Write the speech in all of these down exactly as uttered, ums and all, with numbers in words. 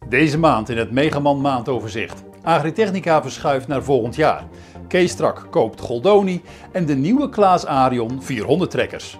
Deze maand in het Megaman maandoverzicht. Agritechnica verschuift naar volgend jaar. Keestrak koopt Goldoni en de nieuwe Claas Arion vierhonderd trekkers.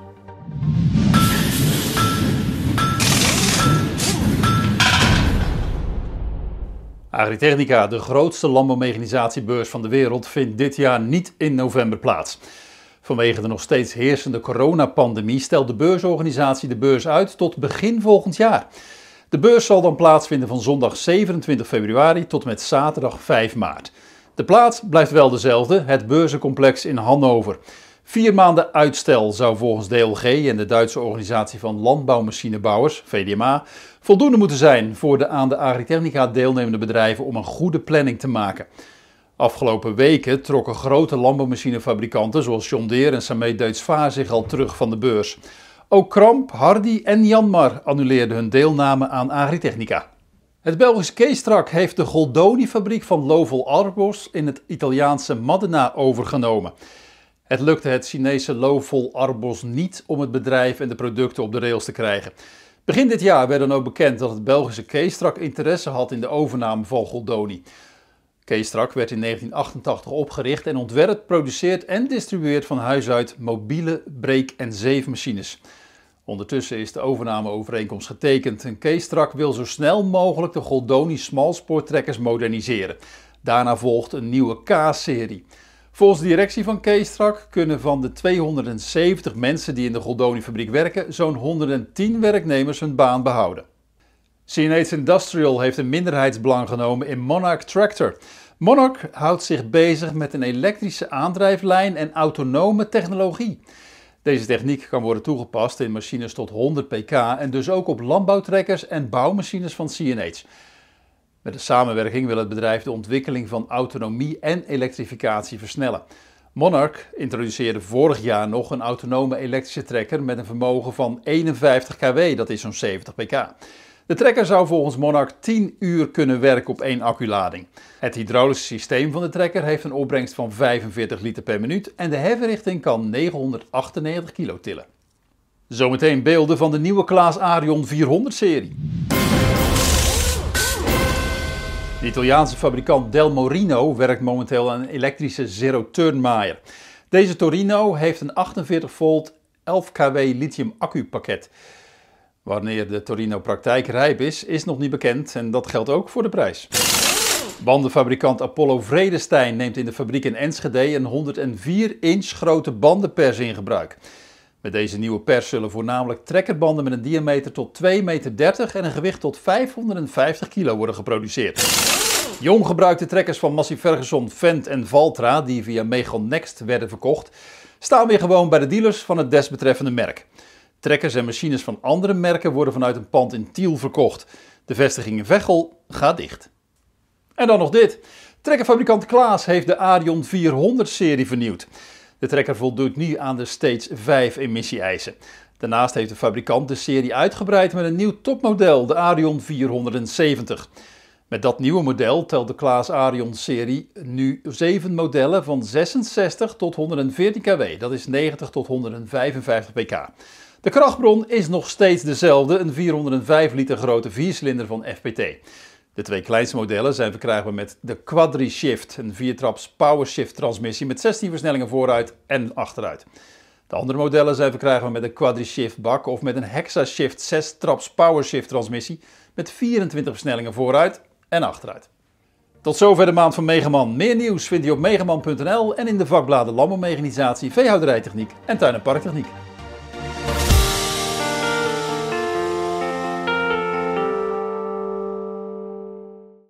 Agritechnica, de grootste landbouwmechanisatiebeurs van de wereld, vindt dit jaar niet in november plaats. Vanwege de nog steeds heersende coronapandemie stelt de beursorganisatie de beurs uit tot begin volgend jaar. De beurs zal dan plaatsvinden van zondag zevenentwintig februari tot met zaterdag vijf maart. De plaats blijft wel dezelfde, het beurzencomplex in Hannover. Vier maanden uitstel zou volgens D L G en de Duitse organisatie van landbouwmachinebouwers, V D M A, voldoende moeten zijn voor de aan de Agritechnica deelnemende bedrijven om een goede planning te maken. Afgelopen weken trokken grote landbouwmachinefabrikanten zoals John Deere en Samet Deutz-Fahr zich al terug van de beurs. Ook Kramp, Hardy en Janmar annuleerden hun deelname aan Agritechnica. Het Belgische Keestrak heeft de Goldoni-fabriek van Lovol Arbos in het Italiaanse Modena overgenomen. Het lukte het Chinese Lovol Arbos niet om het bedrijf en de producten op de rails te krijgen. Begin dit jaar werd dan ook bekend dat het Belgische Keestrak interesse had in de overname van Goldoni. Keestrak werd in negentien achtentachtig opgericht en ontwerpt, produceert en distribueert van huis uit mobiele breek- en zeefmachines. Ondertussen is de overnameovereenkomst getekend en Keestrak wil zo snel mogelijk de Goldoni smalspoortrekkers moderniseren. Daarna volgt een nieuwe K-serie. Volgens de directie van Keestrak kunnen van de tweehonderdzeventig mensen die in de Goldoni-fabriek werken, zo'n honderdtien werknemers hun baan behouden. C N H Industrial heeft een minderheidsbelang genomen in Monarch Tractor. Monarch houdt zich bezig met een elektrische aandrijflijn en autonome technologie. Deze techniek kan worden toegepast in machines tot honderd pk en dus ook op landbouwtrekkers en bouwmachines van C N H. Met de samenwerking wil het bedrijf de ontwikkeling van autonomie en elektrificatie versnellen. Monarch introduceerde vorig jaar nog een autonome elektrische trekker met een vermogen van eenenvijftig kilowatt, dat is zo'n zeventig pk. De trekker zou volgens Monarch tien uur kunnen werken op één acculading. Het hydraulische systeem van de trekker heeft een opbrengst van vijfenveertig liter per minuut en de hefverrichting kan negenhonderdachtennegentig kilo tillen. Zometeen beelden van de nieuwe Claas Arion vierhonderd serie. De Italiaanse fabrikant Del Morino werkt momenteel aan een elektrische zero-turn maaier. Deze Torino heeft een achtenveertig volt elf kilowatt lithium accupakket. Wanneer de Torino praktijkrijp is, is nog niet bekend en dat geldt ook voor de prijs. Bandenfabrikant Apollo Vredestein neemt in de fabriek in Enschede een honderdvier inch grote bandenpers in gebruik. Met deze nieuwe pers zullen voornamelijk trekkerbanden met een diameter tot twee meter dertig en een gewicht tot vijfhonderdvijftig kilo worden geproduceerd. Jong gebruikte trekkers van Massey Ferguson, Fendt en Valtra, die via Megonext werden verkocht, staan weer gewoon bij de dealers van het desbetreffende merk. Trekkers en machines van andere merken worden vanuit een pand in Tiel verkocht. De vestiging in Veghel gaat dicht. En dan nog dit. Trekkerfabrikant Claas heeft de Arion vierhonderd serie vernieuwd. De trekker voldoet nu aan de Stage vijf emissie-eisen. Daarnaast heeft de fabrikant de serie uitgebreid met een nieuw topmodel, de Arion vierhonderdzeventig. Met dat nieuwe model telt de Claas Arion serie nu zeven modellen van zesenzestig tot honderdveertien kilowatt, dat is negentig tot honderdvijfenvijftig pk. De krachtbron is nog steeds dezelfde, een vierhonderdvijf liter grote viercilinder van F P T. De twee kleinste modellen zijn verkrijgbaar met de Quadri-Shift, een viertraps powershift transmissie met zestien versnellingen vooruit en achteruit. De andere modellen zijn verkrijgbaar met een Quadri-Shift bak of met een Hexa-Shift zes traps powershift transmissie met vierentwintig versnellingen vooruit en achteruit. Tot zover de maand van Megaman. Meer nieuws vindt u op megaman punt n l en in de vakbladen Landbouwmechanisatie, Veehouderijtechniek en Tuin- en Parktechniek.